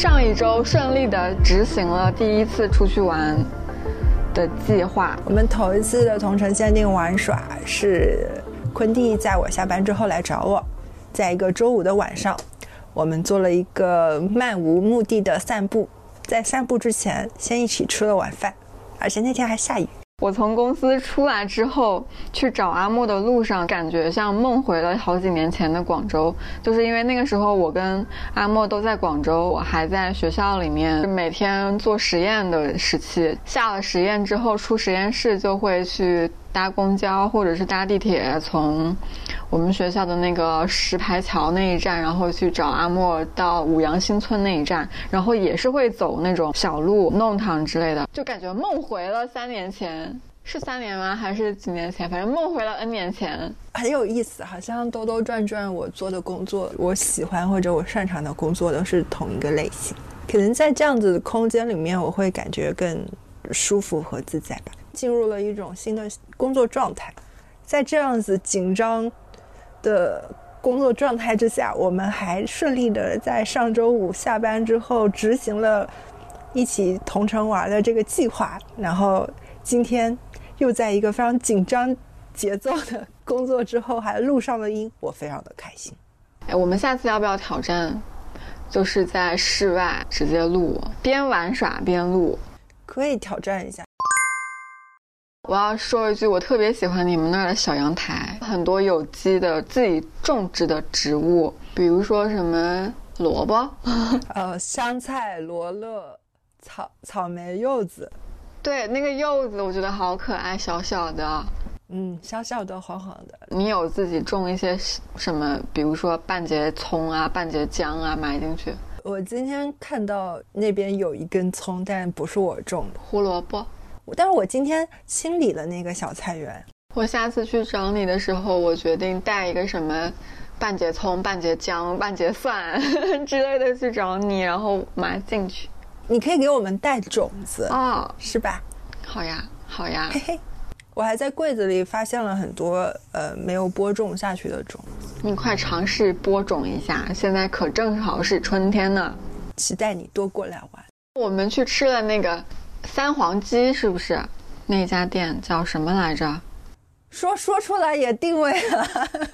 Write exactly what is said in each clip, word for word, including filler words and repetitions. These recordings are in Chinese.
上一周顺利的执行了第一次出去玩的计划。 我们头一次的同城限定玩耍是坤弟在我下班之后来找我，在一个周五的晚上，我们做了一个漫无目的的散步，在散步之前先一起吃了晚饭，而且那天还下雨。 我从公司出来之后去找阿莫的路上，感觉像梦回了好几年前的广州，就是因为那个时候我跟阿莫都在广州，我还在学校里面每天做实验的时期，下了实验之后出实验室就会去搭公交或者是搭地铁，从我们学校的那个石牌桥那一站，然后去找阿莫到五羊新村那一站，然后也是会走那种小路弄堂之类的，就感觉梦回了三年前。是三年吗？还是几年前？反正梦回了 N 年前。 很有意思，好像兜兜转转我做的工作，我喜欢或者我擅长的工作都是同一个类型，可能在这样子的空间里面我会感觉更舒服和自在吧，进入了一种新的工作状态。在这样子紧张的工作状态之下，我们还顺利的在上周五下班之后执行了一起同城玩的这个计划，然后今天又在一个非常紧张节奏的工作之后还录上了音，我非常的开心。 哎，我们下次要不要挑战就是在室外直接录，边玩耍边录？ 可以挑战一下。 我要说一句，我特别喜欢你们那儿的小阳台，很多有机的自己种植的植物，比如说什么萝卜呃，香菜、罗勒、草草莓、柚子。 对，那个柚子我觉得好可爱，小小的， 嗯，小小的黄黄的。 你有自己种一些什么，比如说半截葱啊半截姜啊买进去？ 我今天看到那边有一根葱，但不是我种的。 胡萝卜。 但是我今天清理了那个小菜园。 我下次去找你的时候，我决定带一个什么半截葱半截姜半截蒜之类的去找你，然后买进去。 你可以给我们带种子哦， 是吧？ 好呀好呀， 嘿嘿。我还在柜子里发现了很多呃没有播种下去的种子， 你快尝试播种一下，现在可正好是春天呢。 期待你多过来玩。 我们去吃了那个三黄鸡，是不是？那家店叫什么来着？ 说说出来也定位了。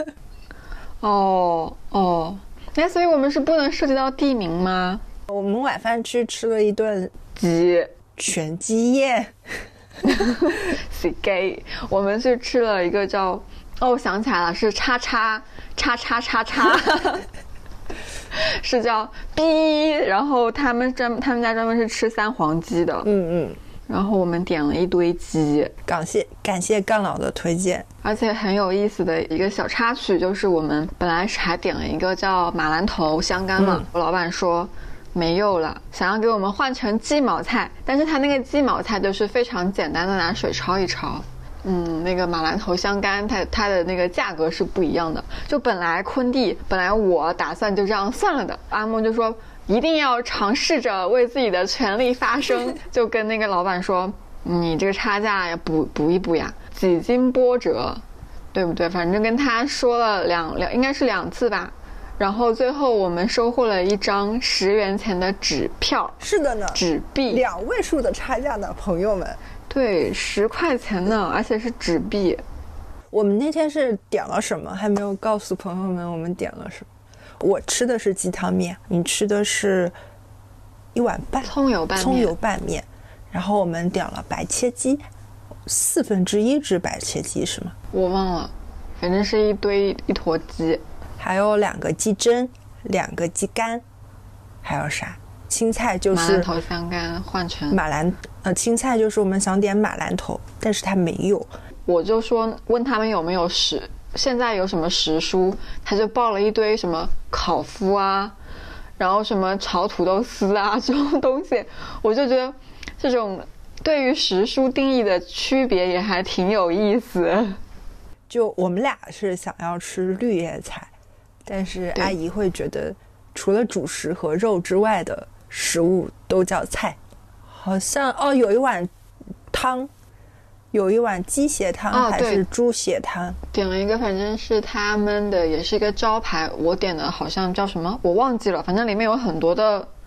哦哦，那所以我们是不能涉及到地名吗？ 我们晚饭去吃了一顿鸡全鸡宴。 是 gay。 我们去吃了一个叫哦想起来了，是叉叉叉叉叉叉是叫 B， 然后他们专他们家专门是吃三黄鸡的。 嗯嗯。 然后我们点了一堆鸡， 感谢感谢干老的推荐。 而且很有意思的一个小插曲就是我们本来是还点了一个叫马兰头香干嘛、嗯、我老板说没有了，想要给我们换成鸡毛菜，但是他那个鸡毛菜就是非常简单的拿水焯一焯。嗯，那个马兰头香干它它的那个价格是不一样的，就本来坤弟本来我打算就这样算了的，阿梦就说一定要尝试着为自己的权利发声就跟那个老板说你这个差价要补补一补呀，几经波折，对不对？反正跟他说了两两应该是两次吧，然后最后我们收获了一张十元钱的纸票。 是的呢， 纸币， 两位数的差价呢，朋友们。 对，十块钱呢，而且是纸币。 我们那天是点了什么还没有告诉朋友们我们点了什么。我吃的是鸡汤面，你吃的是一碗半葱油拌面。 葱油拌面。然后我们点了白切鸡，四分之一只白切鸡是吗？ 我忘了，反正是一堆一坨鸡， 还有两个鸡胗，两个鸡肝，还有啥？青菜就是马兰头香干换成马兰呃，青菜就是我们想点马兰头，但是它没有。 我就说问他们有没有时现在有什么时蔬，他就报了一堆什么烤麸啊，然后什么炒土豆丝啊这种东西，我就觉得这种对于时蔬定义的区别也还挺有意思。 就我们俩是想要吃绿叶菜，但是阿姨会觉得除了主食和肉之外的食物都叫菜。好像哦有一碗汤，有一碗鸡血汤、哦、还是猪血汤， 点了一个反正是他们的也是一个招牌，我点的好像叫什么我忘记了，反正里面有很多的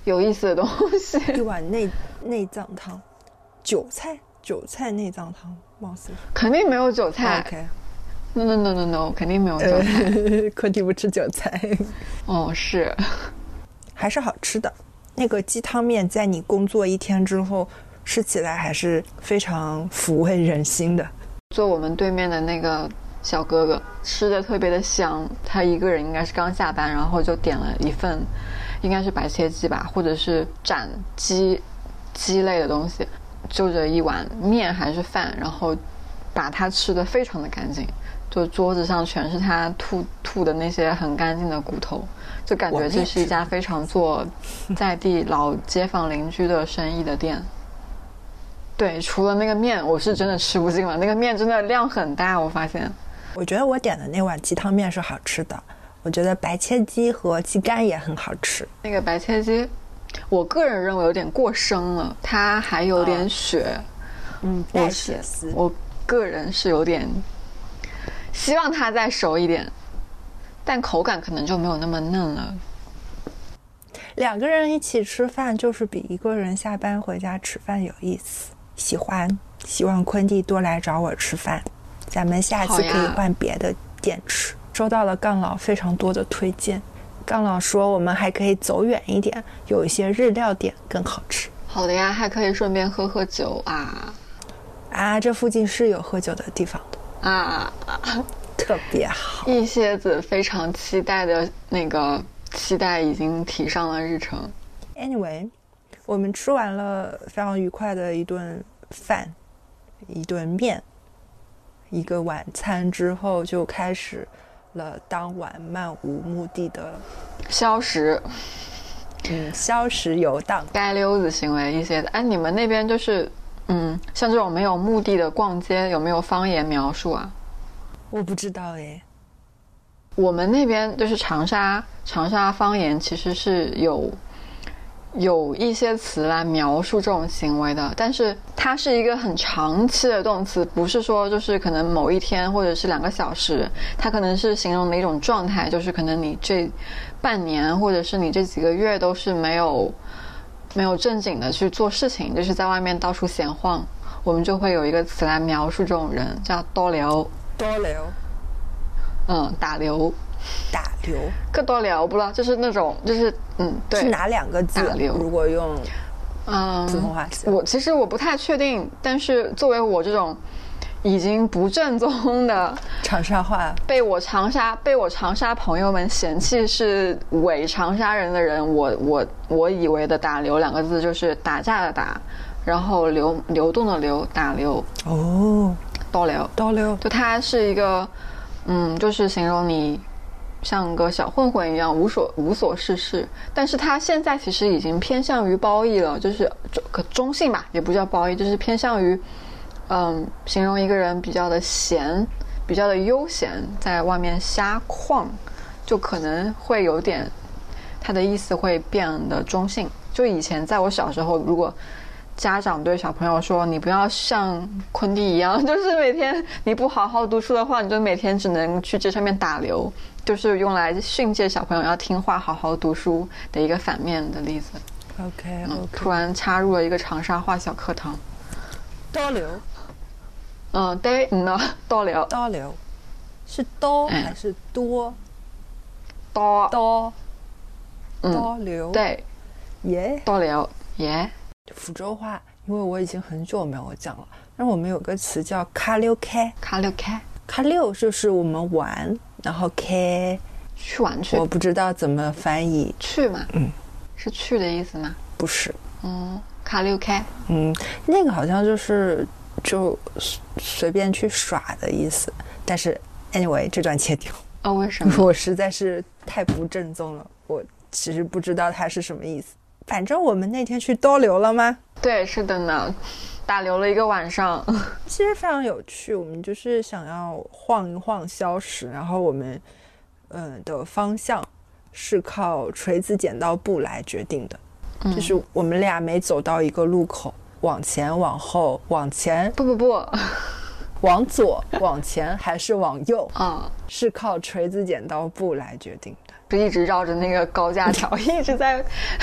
有意思的东西。 一碗内内脏汤，韭菜韭菜内脏汤，貌似肯定没有韭菜。 OK， no no no no no， 肯定没有韭菜。 呃、昆迪不吃韭菜。 哦，是， 还是好吃的。那个鸡汤面在你工作一天之后吃起来还是非常抚慰人心的。 坐我们对面的那个小哥哥吃的特别的香，他一个人应该是刚下班，然后就点了一份应该是白切鸡吧，或者是斩鸡鸡类的东西，就着一碗面还是饭，然后把它吃得非常的干净，就桌子上全是他吐吐的那些很干净的骨头，就感觉这是一家非常做在地老街坊邻居的生意的店。对，除了那个面我是真的吃不进了，那个面真的量很大，我发现。 我觉得我点的那碗鸡汤面是好吃的，我觉得白切鸡和鸡肝也很好吃。 那个白切鸡我个人认为有点过生了，它还有点血、哦、 嗯，带血丝。 我个人是有点希望它再熟一点，但口感可能就没有那么嫩了。 两个人一起吃饭就是比一个人下班回家吃饭有意思。喜欢，希望昆弟多来找我吃饭，咱们下次可以换别的店吃。收到了杠老非常多的推荐，杠老说我们还可以走远一点，有一些日料店更好吃。 好的呀，还可以顺便喝喝酒啊。 啊，这附近是有喝酒的地方的啊， 特别好。 一蝎子非常期待的那个期待已经提上了日程。 Anyway， 我们吃完了非常愉快的一顿饭，一顿面，一个晚餐之后，就开始了当晚漫无目的的消食， 嗯，消食游荡， 街溜子行为一些的。哎，你们那边就是嗯，像这种没有目的的逛街，有没有方言描述啊？ 我不知道哎。 我们那边就是长沙，长沙方言其实是有有一些词来描述这种行为的，但是它是一个很长期的动词，不是说就是可能某一天或者是两个小时，它可能是形容的一种状态，就是可能你这半年或者是你这几个月都是没有没有正经的去做事情，就是在外面到处闲晃，我们就会有一个词来描述这种人，叫多流。 多流， 嗯，打流。 打流， 个多聊不知道，就是那种，就是嗯，对， 是哪两个字？ 打流， 如果用嗯普通话写， 我其实我不太确定，但是作为我这种已经不正宗的长沙话， 被我长沙被我长沙朋友们嫌弃是伪长沙人的人，我我我以为的打流两个字就是打架的打，然后流流动的流，打流。 哦， 多流， 多流， 就它是一个，嗯，就是形容你像个小混混一样无所无所事事，但是它现在其实已经偏向于褒义了，就是可中性吧，也不叫褒义，就是偏向于嗯形容一个人比较的闲，比较的悠闲，在外面瞎晃，就可能会有点它的意思会变得中性。就以前在我小时候，如果家长对小朋友说你不要像昆弟一样，就是每天你不好好读书的话，你就每天只能去这上面打流，就是用来训诫小朋友要听话好好读书的一个反面的例子。 OK, okay、 嗯、突然插入了一个长沙话小课堂。 多流， 嗯，对，嗯呢，多流， 多流是多还是多？ 多多多多流， 对， 耶， 多流耶。 福州话，因为我已经很久没有讲了，但我们有个词叫卡溜开， 卡溜开， 卡溜就是我们玩，然后开去玩去， 我不知道怎么翻译， 去嘛， 嗯， 是去的意思吗？ 不是， 嗯，卡溜开， 嗯，那个好像就是就随便去耍的意思，但是 anyway 这段切掉。 哦，为什么？ 我实在是太不正宗了，我其实不知道它是什么意思。反正我们那天去多流了吗？ 对，是的呢，打流了一个晚上。 其实非常有趣，我们就是想要晃一晃消食，然后我们嗯、呃、的方向是靠锤子剪刀布来决定的、嗯、就是我们俩每走到一个路口，往前往后往前不不不往左往前还是往右啊、嗯， 是靠锤子剪刀布来决定的， 就一直绕着那个高架桥一直在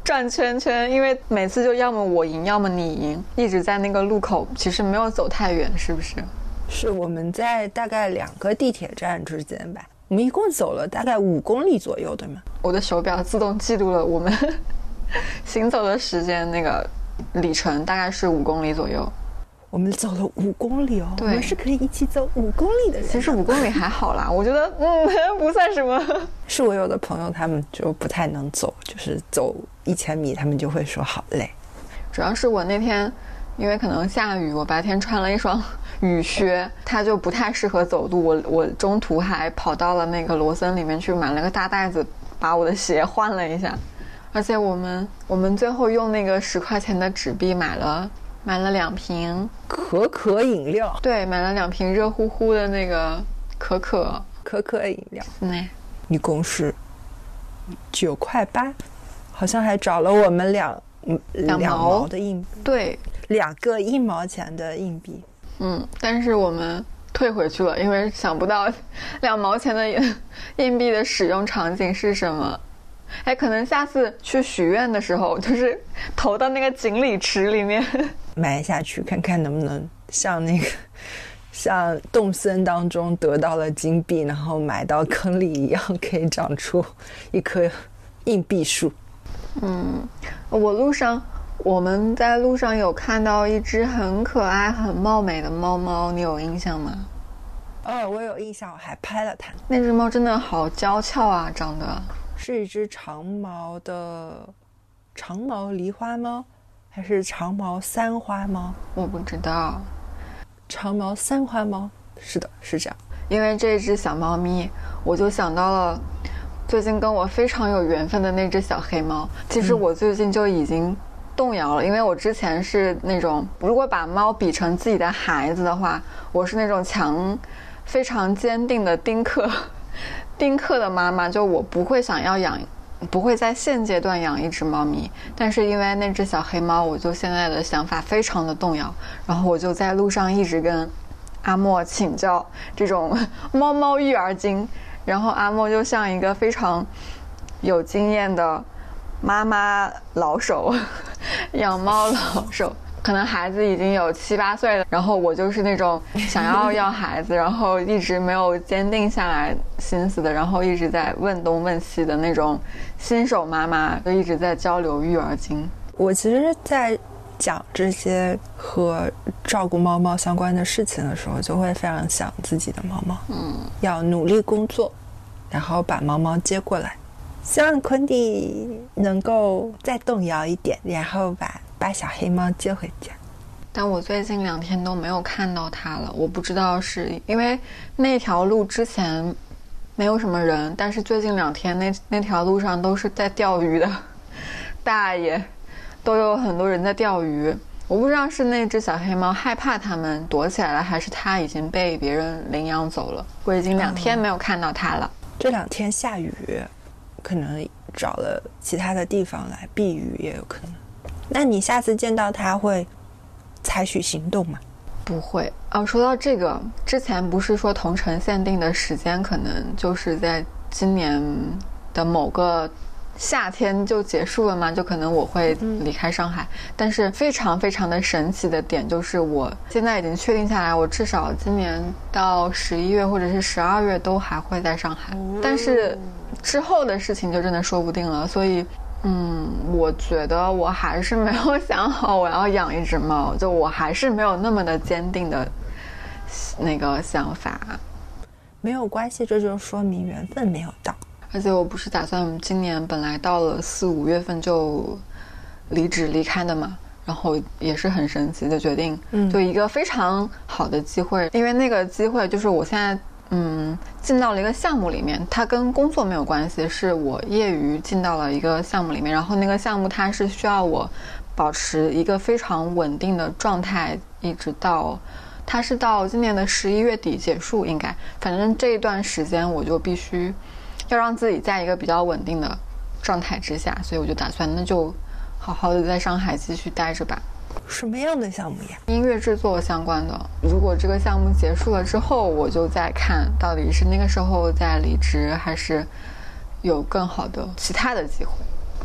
转圈圈，因为每次就要么我赢，要么你赢，一直在那个路口，其实没有走太远，是不是？ 是我们在大概两个地铁站之间吧，我们一共走了大概五公里左右，对吗？ 我的手表自动记录了我们行走的时间，那个里程大概是五公里左右。 我们走了五公里哦， 对， 我们是可以一起走五公里的人。 其实五公里还好啦，我觉得嗯不算什么。 是我有的朋友他们就不太能走，就是走一千米他们就会说好累。 主要是我那天因为可能下雨，我白天穿了一双雨靴，它就不太适合走路。我我中途还跑到了那个罗森里面去买了个大袋子，把我的鞋换了一下。而且我们我们最后用那个十块钱的纸币买了。买了两瓶可可饮料， 对，买了两瓶热乎乎的那个可可可可饮料， 嗯， 一共是九块八，好像还找了我们两两毛的硬币， 对， 两个一毛钱的硬币， 嗯，但是我们退回去了，因为想不到两毛钱的硬币的使用场景是什么。哎，可能下次去许愿的时候，就是投到那个锦鲤池里面埋下去，看看能不能像那个像动森当中得到了金币，然后埋到坑里一样，可以长出一棵硬币树。 嗯，我路上我们在路上有看到一只很可爱、很貌美的猫猫，你有印象吗？ 哦，我有印象，我还拍了它。 那只猫真的好娇俏啊，长得。 是一只长毛的长毛狸花猫，还是长毛三花猫？ 我不知道。 长毛三花猫，是的，是这样。 因为这只小猫咪，我就想到了最近跟我非常有缘分的那只小黑猫。其实我最近就已经动摇了，嗯、因为我之前是那种，如果把猫比成自己的孩子的话，我是那种强、非常坚定的丁克。丁克的妈妈，就我不会想要养，不会在现阶段养一只猫咪，但是因为那只小黑猫，我就现在的想法非常的动摇，然后我就在路上一直跟阿莫请教这种猫猫育儿经，然后阿莫就像一个非常有经验的妈妈老手，养猫老手。可能孩子已经有七八岁了，然后我就是那种想要要孩子，然后一直没有坚定下来心思的，然后一直在问东问西的那种新手妈妈，就一直在交流育儿经。 我其实在讲这些和照顾猫猫相关的事情的时候，就会非常想自己的猫猫，嗯，要努力工作，然后把猫猫接过来，希望昆迪能够再动摇一点，然后把把小黑猫接回家。 但我最近两天都没有看到它了，我不知道是因为那条路之前没有什么人，但是最近两天那那条路上都是在钓鱼的大爷，都有很多人在钓鱼。我不知道是那只小黑猫害怕它们躲起来了，还是它已经被别人领养走了。我已经两天没有看到它了。 嗯、这两天下雨，可能找了其他的地方来避雨也有可能。那你下次见到他会采取行动吗？ 不会哦。说到这个，之前不是说同城限定的时间可能就是在今年的某个夏天就结束了吗？就可能我会离开上海、嗯、但是非常非常的神奇的点就是我现在已经确定下来，我至少今年到十一月或者是十二月都还会在上海、嗯、但是之后的事情就真的说不定了。所以嗯，我觉得我还是没有想好我要养一只猫，就我还是没有那么的坚定的那个想法。 没有关系，这就说明缘分没有到。 而且我不是打算今年本来到了四五月份就离职离开的嘛，然后也是很神奇的决定，嗯，就一个非常好的机会，因为那个机会就是我现在嗯，进到了一个项目里面，它跟工作没有关系，是我业余进到了一个项目里面，然后那个项目它是需要我保持一个非常稳定的状态，一直到它是到今年的十一月底结束，应该反正这一段时间我就必须要让自己在一个比较稳定的状态之下，所以我就打算那就好好的在上海继续待着吧。 什么样的项目呀？ 音乐制作相关的。如果这个项目结束了之后，我就再看到底是那个时候再离职，还是有更好的其他的机会。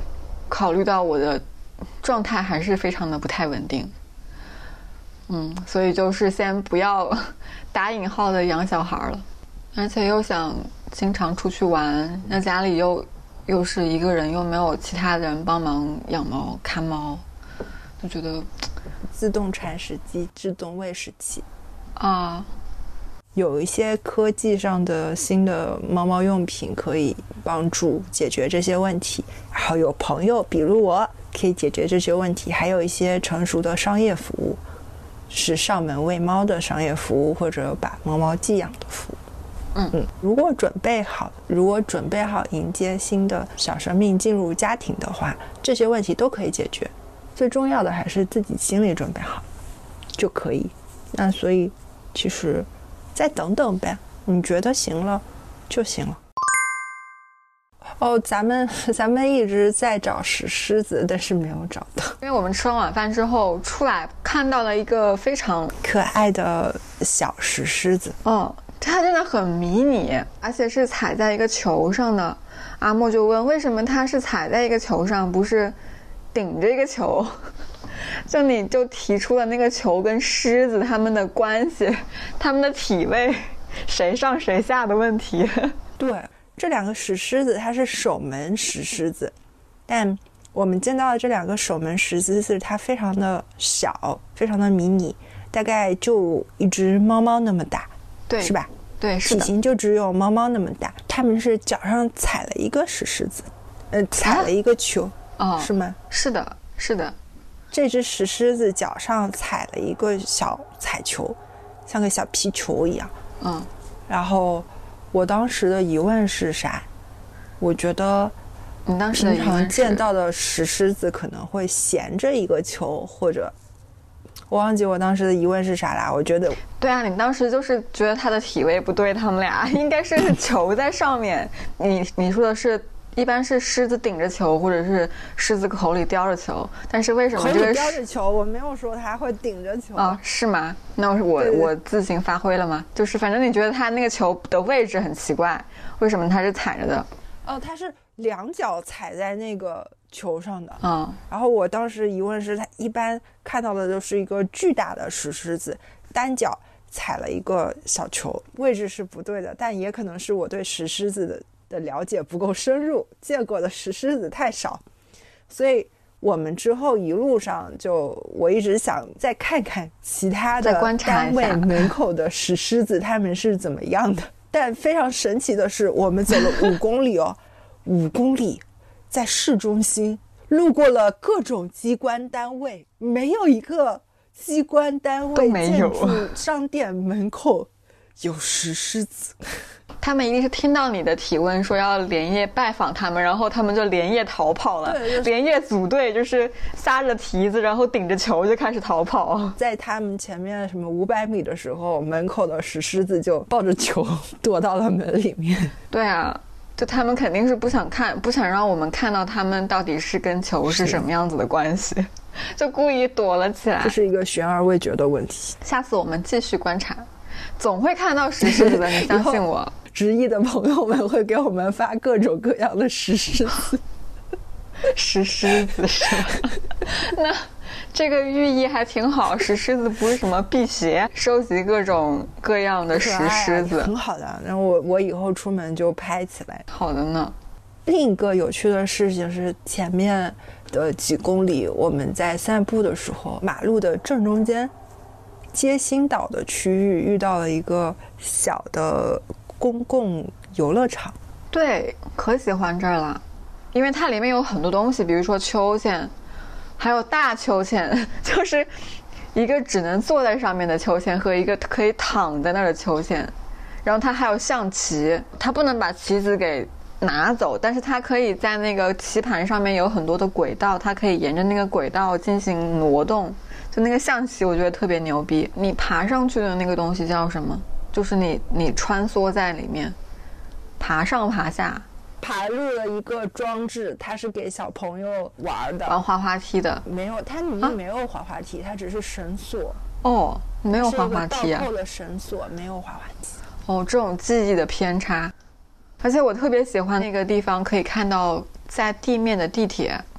考虑到我的状态还是非常的不太稳定，嗯，所以就是先不要打引号的养小孩了，而且又想经常出去玩，那家里又又是一个人，又没有其他人帮忙养猫看猫，就觉得自动铲屎机、自动喂食器啊， 有一些科技上的新的猫猫用品可以帮助解决这些问题，然后有朋友比如我可以解决这些问题，还有一些成熟的商业服务，是上门喂猫的商业服务，或者把猫猫寄养的服务。 嗯嗯，如果准备好，如果准备好迎接新的小生命进入家庭的话，这些问题都可以解决。最重要的还是自己心里准备好就可以。那所以其实再等等呗，你觉得行了就行了。哦，咱们咱们一直在找石狮子，但是没有找到。 因为我们吃完晚饭之后出来，看到了一个非常可爱的小石狮子。 哦，它真的很迷你，而且是踩在一个球上的。阿莫就问，为什么它是踩在一个球上，不是顶着一个球？就你就提出了那个球跟狮子它们的关系，它们的体位谁上谁下的问题。 对，这两个石狮子它是守门石狮子，但我们见到的这两个守门石狮子它非常的小，非常的迷你，大概就一只猫猫那么大， 对， 是吧？ 对，是的， 体型就只有猫猫那么大。它们是脚上踩了一个石狮子，呃，踩了一个球， 啊、哦， 是吗？ 是的，是的。 这只石狮子脚上踩了一个小彩球，像个小皮球一样。 嗯， 然后我当时的疑问是啥？我觉得你当时平常见到的石狮子可能会衔着一个球，或者我忘记我当时的疑问是啥啦。我觉得对啊，你当时就是觉得它的体位不对，他们俩应该是球在上面。你你说的是一般是狮子顶着球，或者是狮子口里叼着球，但是为什么这个口里叼着球？我没有说它会顶着球啊、哦？是吗？那我对对我自行发挥了吗？就是反正你觉得它那个球的位置很奇怪，为什么它是踩着的？ 哦，它是两脚踩在那个球上的。 嗯， 然后我当时疑问是，它一般看到的就是一个巨大的石狮子，单脚踩了一个小球，位置是不对的，但也可能是我对石狮子的。的了解不够深入，见过的石狮子太少，所以我们之后一路上就我一直想再看看其他的单位门口的石狮子他们是怎么样的。但非常神奇的是，我们走了五公里哦，五公里在市中心，路过了各种机关单位，没有一个机关单位建筑商店门口有石狮子。 他们一定是听到你的提问说要连夜拜访他们，然后他们就连夜逃跑了， 对，就是、 连夜组队，就是撒着蹄子然后顶着球就开始逃跑。 在他们前面什么五百米的时候，门口的石狮子就抱着球躲到了门里面。 对啊，就他们肯定是不想看，不想让我们看到他们到底是跟球是什么样子的关系，就故意躲了起来。 这是一个悬而未决的问题。 下次我们继续观察，总会看到石狮子的，你相信我。 直译的朋友们会给我们发各种各样的石狮子。 石狮子是吧？那这个寓意还挺好。石狮子不是什么辟邪，收集各种各样的石狮子， 很好的。然后我我以后出门就拍起来。 好的呢。 另一个有趣的事情是，前面的几公里我们在散步的时候，马路的正中间街心岛的区域遇到了一个小的公共游乐场。 对，可喜欢这儿了，因为它里面有很多东西，比如说秋千，还有大秋千，就是一个只能坐在上面的秋千和一个可以躺在那儿的秋千。然后它还有象棋，它不能把棋子给拿走，但是它可以在那个棋盘上面有很多的轨道，它可以沿着那个轨道进行挪动。就那个象棋我觉得特别牛逼。你爬上去的那个东西叫什么？就是你你穿梭在里面，爬上爬下， 爬入了一个装置，它是给小朋友玩的， 玩滑滑梯的。 没有，它里面没有滑滑梯，啊、它只是绳索。 哦，没有滑滑梯啊？ 倒扣的绳索，没有滑滑梯。 哦，这种记忆的偏差。而且我特别喜欢那个地方，可以看到在地面的地铁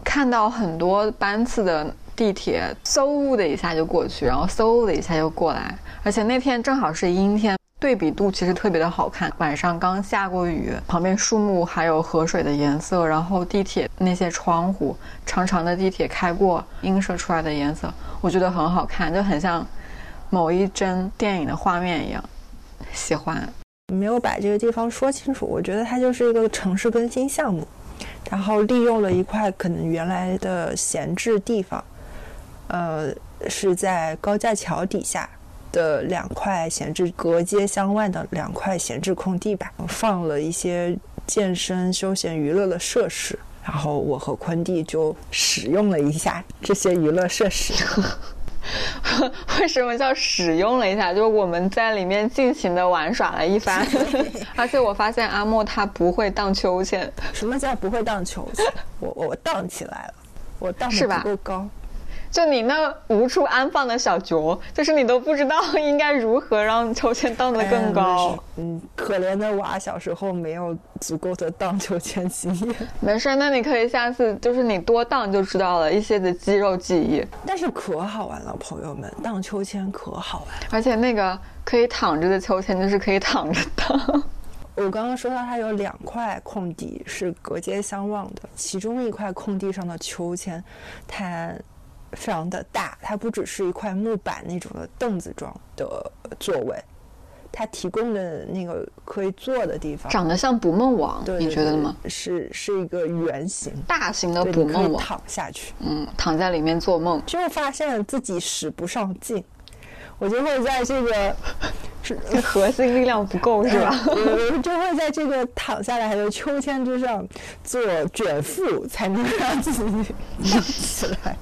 看到很多班次的地铁嗖的一下就过去，然后嗖的一下就过来，而且那天正好是阴天，对比度其实特别的好看。晚上刚下过雨，旁边树木还有河水的颜色，然后地铁那些窗户长长的地铁开过映射出来的颜色，我觉得很好看，就很像某一帧电影的画面一样，喜欢。 没有把这个地方说清楚，我觉得它就是一个城市更新项目，然后利用了一块可能原来的闲置地方，呃，是在高架桥底下的两块闲置隔街相望的两块闲置空地吧，放了一些健身休闲娱乐的设施，然后我和坤弟就使用了一下这些娱乐设施。 为什么叫使用了一下？就是我们在里面尽情的玩耍了一番。而且我发现阿莫他不会荡秋千。 什么叫不会荡秋千？我我荡起来了，我荡得不够高。 就你那无处安放的小脚，就是你都不知道应该如何让秋千荡得更高。 哎、嗯，可怜的娃小时候没有足够的荡秋千经验。 没事，那你可以下次就是你多荡就知道了一些的肌肉记忆。 但是可好玩了，朋友们，荡秋千可好玩。 而且那个可以躺着的秋千就是可以躺着荡。 我刚刚说到它有两块空地是隔街相望的，其中一块空地上的秋千，它非常的大，它不只是一块木板那种的凳子状的座位，它提供的那个可以坐的地方长得像捕梦网， 对对对， 你觉得吗？ 是是一个圆形大型的捕梦网， 躺下去， 嗯，躺在里面做梦， 就发现自己使不上劲，我就会在这个核心力量不够是吧？ 我就会在这个躺下来的秋千之上做卷腹，才能让自己站起来。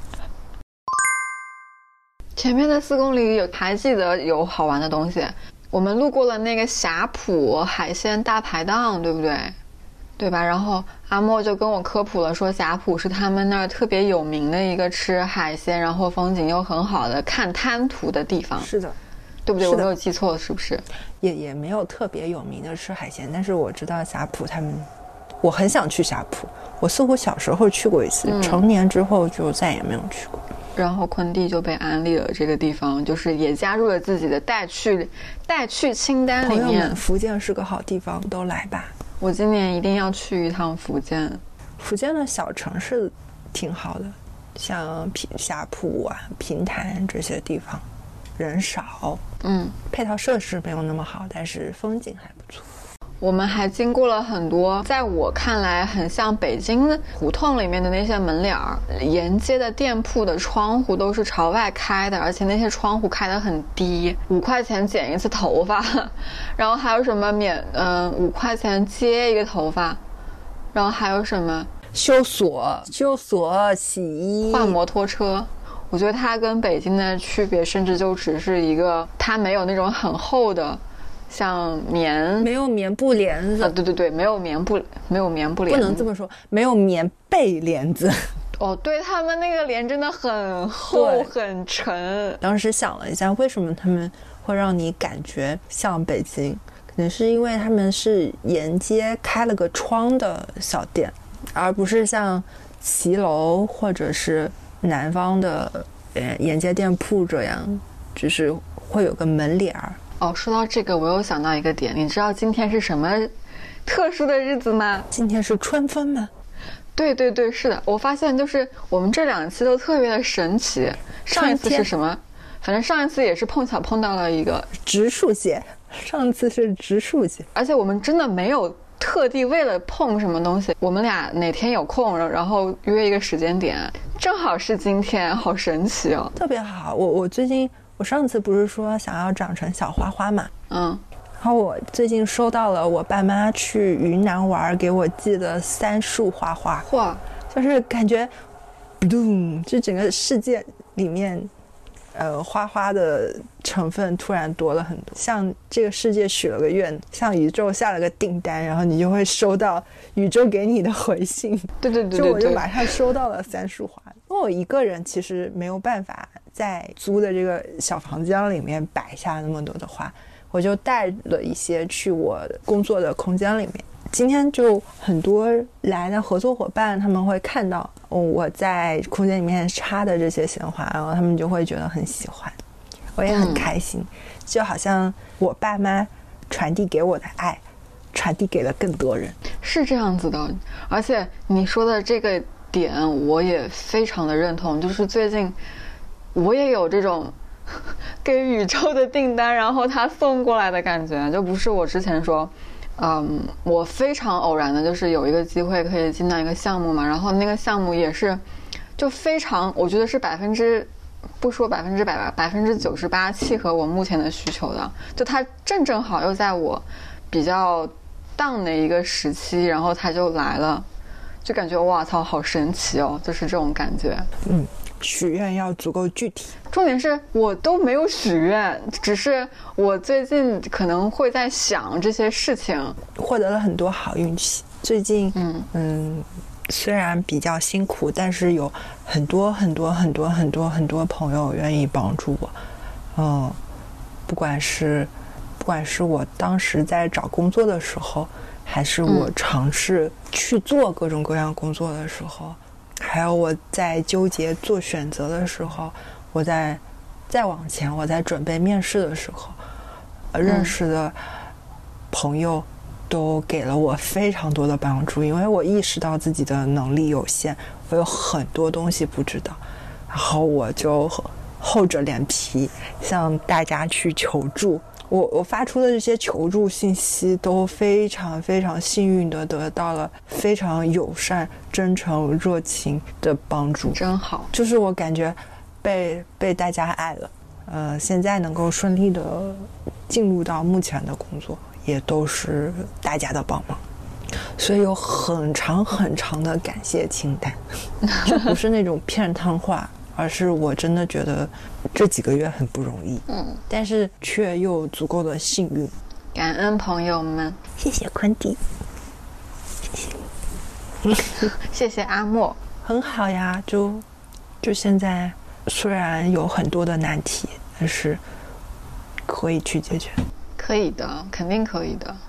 前面的四公里有还记得有好玩的东西，我们路过了那个霞浦海鲜大排档，对不对？对吧？然后阿莫就跟我科普了，说霞浦是他们那儿特别有名的一个吃海鲜，然后风景又很好的看滩涂的地方。 是的， 对不对？我没有记错，是不是？ 也也没有特别有名的吃海鲜，但是我知道霞浦他们，我很想去霞浦。我似乎小时候去过一次，嗯、成年之后就再也没有去过。 然后坤弟就被安利了这个地方，就是也加入了自己的带去带去清单里面。 朋友们，福建是个好地方，都来吧！ 我今年一定要去一趟福建。 福建的小城市挺好的，像平霞浦啊、平潭这些地方，人少， 嗯， 配套设施没有那么好，但是风景还不错。 我们还经过了很多在我看来很像北京胡同里面的那些门脸儿，沿街的店铺的窗户都是朝外开的，而且那些窗户开得很低，五块钱剪一次头发，然后还有什么免嗯五块钱接一个头发，然后还有什么修锁、修锁、洗衣、 换摩托车。我觉得它跟北京的区别甚至就只是一个，它没有那种很厚的像棉， 没有棉布帘子啊，对对对，没有棉布，没有棉布帘子， 不能这么说，没有棉被帘子。 哦，对，他们那个帘真的很厚很沉。 当时想了一下，为什么他们会让你感觉像北京？可能是因为他们是沿街开了个窗的小店，而不是像骑楼或者是南方的呃沿街店铺这样，就是会有个门帘儿。 哦，说到这个，我又想到一个点，你知道今天是什么特殊的日子吗？ 今天是春分吗？ 对对对，是的。我发现就是我们这两期都特别的神奇。上一次是什么？反正上一次也是碰巧碰到了一个植树节，上次是植树节， 而且我们真的没有特地为了碰什么东西，我们俩哪天有空，然后约一个时间点，正好是今天，好神奇哦， 特别好。我我最近。我上次不是说想要长成小花花嘛， 嗯， 然后我最近收到了我爸妈去云南玩给我寄的三束花花， 哇， 就是感觉，咚，就整个世界里面，呃，花花的成分突然多了很多，像这个世界许了个愿，向宇宙下了个订单，然后你就会收到宇宙给你的回信。 对对对对对， 就我就马上收到了三束花，因为我一个人其实没有办法在租的这个小房间里面摆下那么多的花，我就带了一些去我工作的空间里面， 今天就很多来的合作伙伴，他们会看到我在空间里面插的这些鲜花，然后他们就会觉得很喜欢，我也很开心、嗯、就好像我爸妈传递给我的爱传递给了更多人。 是这样子的，而且你说的这个点我也非常的认同，就是最近我也有这种给宇宙的订单然后他送过来的感觉，就不是我之前说嗯，我非常偶然的就是有一个机会可以进到一个项目嘛，然后那个项目也是就非常我觉得是百分之不说百分之百吧，百分之九十八契合我目前的需求的，就它正正好又在我比较down的一个时期，然后它就来了，就感觉哇操好神奇哦，就是这种感觉。 嗯，许愿要足够具体， 重点是我都没有许愿，只是我最近可能会在想这些事情， 获得了很多好运气。最近嗯嗯，虽然比较辛苦，但是有很多很多很多很多很多朋友愿意帮助我。嗯，不管是不管是我当时在找工作的时候，还是我尝试去做各种各样工作的时候、嗯、还有我在纠结做选择的时候，我在再往前我在准备面试的时候、呃、认识的朋友都给了我非常多的帮助，因为我意识到自己的能力有限，我有很多东西不知道，然后我就厚着脸皮向大家去求助。我我发出的这些求助信息都非常非常幸运的得到了非常友善、真诚、热情的帮助， 真好。 就是我感觉被被大家爱了，呃，现在能够顺利的进入到目前的工作，也都是大家的帮忙，所以有很长很长的感谢清单，就不是那种片汤话。而是我真的觉得这几个月很不容易，嗯，但是却又足够的幸运。 感恩朋友们， 谢谢昆弟， 谢谢，谢谢阿莫， 很好呀。就就现在，虽然有很多的难题，但是可以去解决。 可以的，肯定可以的。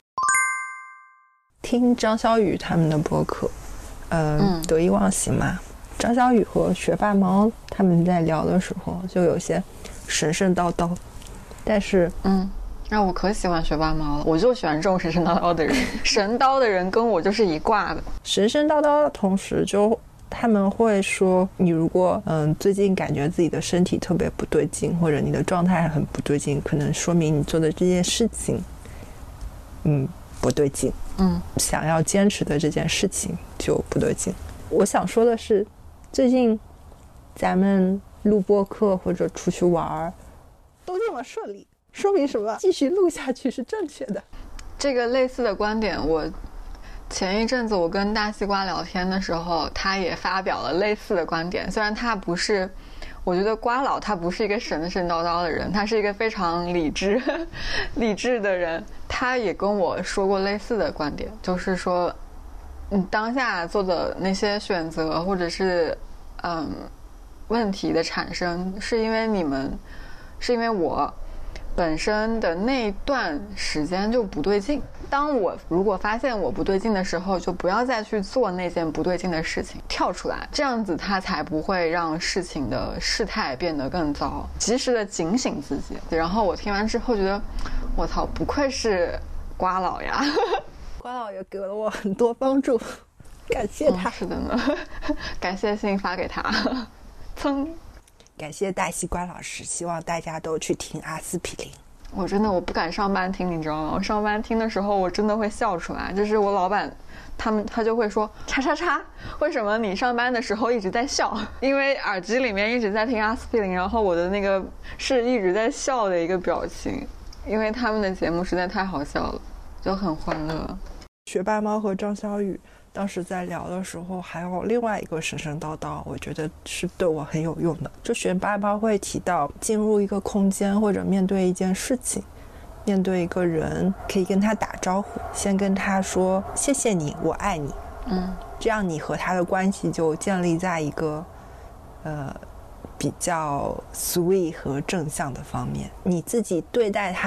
听张小雨他们的播客，呃、嗯，得意忘形嘛。张小雨和学霸猫他们在聊的时候就有些神神叨叨，但是嗯，那、啊、我可喜欢学霸猫了，我就喜欢这种神神叨叨的人神叨的人跟我就是一挂的。 神神叨叨的同时就他们会说，你如果嗯最近感觉自己的身体特别不对劲，或者你的状态很不对劲，可能说明你做的这件事情嗯不对劲，嗯，想要坚持的这件事情就不对劲。我想说的是，最近咱们录播课或者出去玩都这么顺利，说明什么？继续录下去是正确的。 这个类似的观点，我前一阵子我跟大西瓜聊天的时候，他也发表了类似的观点。虽然他不是，我觉得瓜老他不是一个神神叨叨的人，他是一个非常理智理智的人。他也跟我说过类似的观点，就是说你当下做的那些选择或者是嗯问题的产生，是因为你们是因为我本身的那段时间就不对劲。当我如果发现我不对劲的时候，就不要再去做那件不对劲的事情，跳出来，这样子它才不会让事情的事态变得更糟，及时的警醒自己。然后我听完之后觉得我操，不愧是瓜老呀瓜老也给了我很多帮助，感谢他、 嗯、是的呢感谢信发给他噌， 感谢大西瓜老师，希望大家都去听阿司匹林。 我真的我不敢上班听，你知道吗？我上班听的时候我真的会笑出来，就是我老板他们他就会说叉叉叉，为什么你上班的时候一直在笑？因为耳机里面一直在听阿司匹林，然后我的那个是一直在笑的一个表情，因为他们的节目实在太好笑了，就很欢乐。 学霸猫和张小雨当时在聊的时候，还有另外一个神神叨叨，我觉得是对我很有用的。就学霸猫会提到，进入一个空间或者面对一件事情，面对一个人，可以跟他打招呼，先跟他说谢谢你，我爱你，嗯，这样你和他的关系就建立在一个呃比较 sweet 和正向的方面。你自己对待他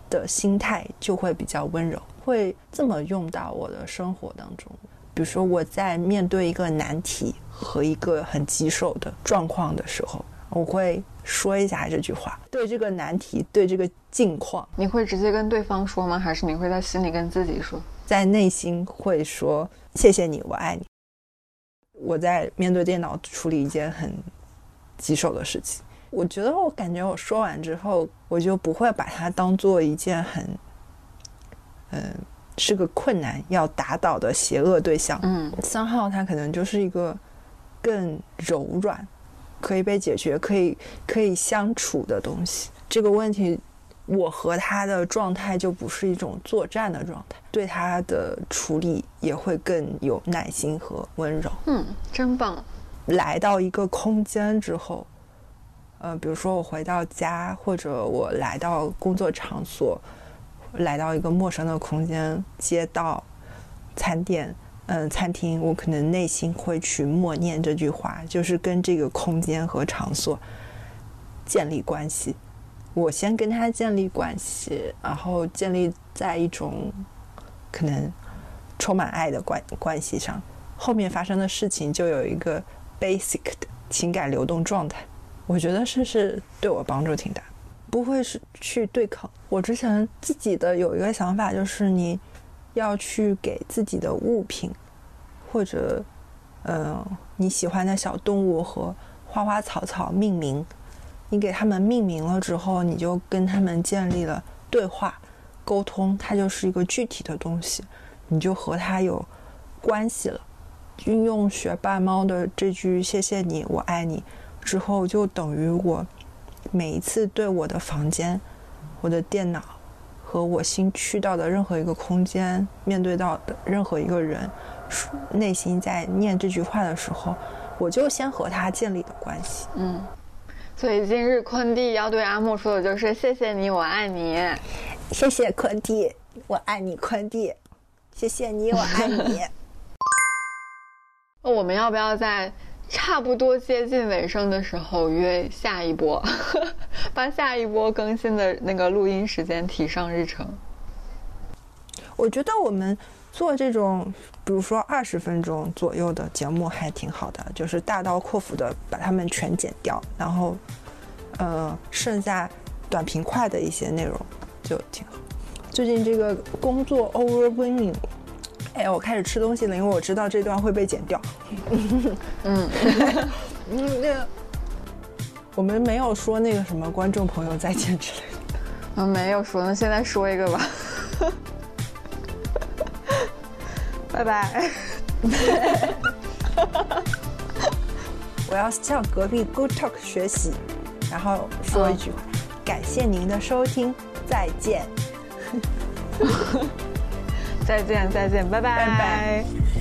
的心态就会比较温柔，会这么用到我的生活当中。比如说我在面对一个难题和一个很棘手的状况的时候，我会说一下这句话，对这个难题，对这个境况。 你会直接跟对方说吗？还是你会在心里跟自己说？ 在内心会说谢谢你，我爱你。我在面对电脑处理一件很棘手的事情，我觉得我感觉我说完之后，我就不会把它当做一件很嗯、呃、是个困难要打倒的邪恶对象。 嗯， 三号它可能就是一个更柔软，可以被解决，可以可以相处的东西。这个问题我和他的状态就不是一种作战的状态，对他的处理也会更有耐心和温柔。 嗯，真棒。 来到一个空间之后，呃，比如说我回到家，或者我来到工作场所，来到一个陌生的空间，街道、餐店、嗯、呃，餐厅，我可能内心会去默念这句话，就是跟这个空间和场所建立关系。我先跟他建立关系，然后建立在一种可能充满爱的关关系上，后面发生的事情就有一个 basic 的情感流动状态。我觉得是是对我帮助挺大，不会是去对抗。我之前自己的有一个想法，就是你要去给自己的物品或者呃你喜欢的小动物和花花草草命名。你给他们命名了之后，你就跟他们建立了对话沟通，它就是一个具体的东西，你就和它有关系了。运用学霸猫的这句谢谢你我爱你之后，就等于我每一次对我的房间、我的电脑和我新去到的任何一个空间，面对到的任何一个人，内心在念这句话的时候，我就先和他建立了关系。 嗯，所以今日坤弟要对阿木说的就是谢谢你我爱你。 谢谢坤弟，我爱你坤弟，谢谢你我爱你。 我们要不要在差不多接近尾声的时候约下一波把下一波更新的那个录音时间提上日程？ 我觉得我们做这种比如说二十分钟左右的节目还挺好的，就是大刀阔斧的把它们全剪掉，然后呃剩下短平快的一些内容就挺好。最近这个工作 overwhelming， 哎，我开始吃东西了，因为我知道这段会被剪掉。 嗯嗯， 那个我们没有说那个什么观众朋友再见之类的。 嗯，没有说，那现在说一个吧。拜拜。 我要向隔壁 Good Talk 学习，然后说一句话、嗯、感谢您的收听，再见。 再见再见，拜拜拜拜。